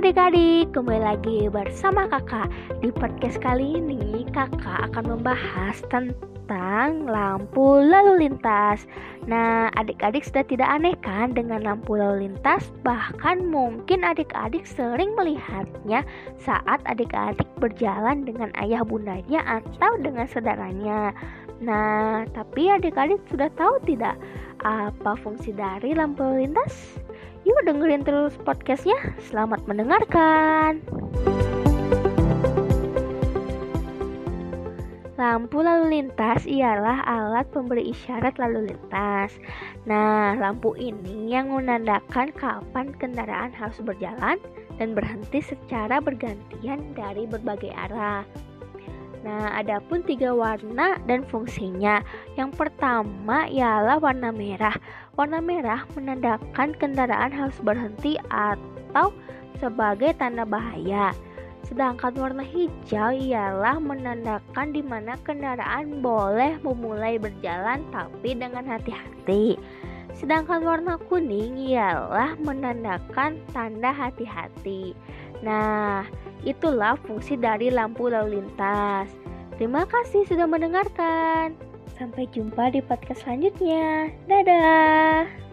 adik-adik, kembali lagi bersama kakak. Di podcast kali ini kakak akan membahas tentang lampu lalu lintas. Nah, adik-adik sudah tidak aneh kan dengan lampu lalu lintas? Bahkan mungkin adik-adik sering melihatnya saat adik-adik berjalan dengan ayah bundanya atau dengan saudaranya. Nah, tapi adik-adik sudah tahu tidak apa fungsi dari lampu lalu lintas? Yuk dengerin terus podcastnya. Selamat mendengarkan. Lampu lalu lintas ialah alat pemberi isyarat lalu lintas. Nah, lampu ini yang menandakan kapan kendaraan harus berjalan dan berhenti secara bergantian dari berbagai arah. Nah, adapun 3 warna dan fungsinya. Yang pertama ialah warna merah. Warna merah menandakan kendaraan harus berhenti atau sebagai tanda bahaya. Sedangkan warna hijau ialah menandakan di mana kendaraan boleh memulai berjalan tapi dengan hati-hati. Sedangkan warna kuning ialah menandakan tanda hati-hati. Nah, itulah fungsi dari lampu lalu lintas. Terima kasih sudah mendengarkan. Sampai jumpa di podcast selanjutnya. Dadah.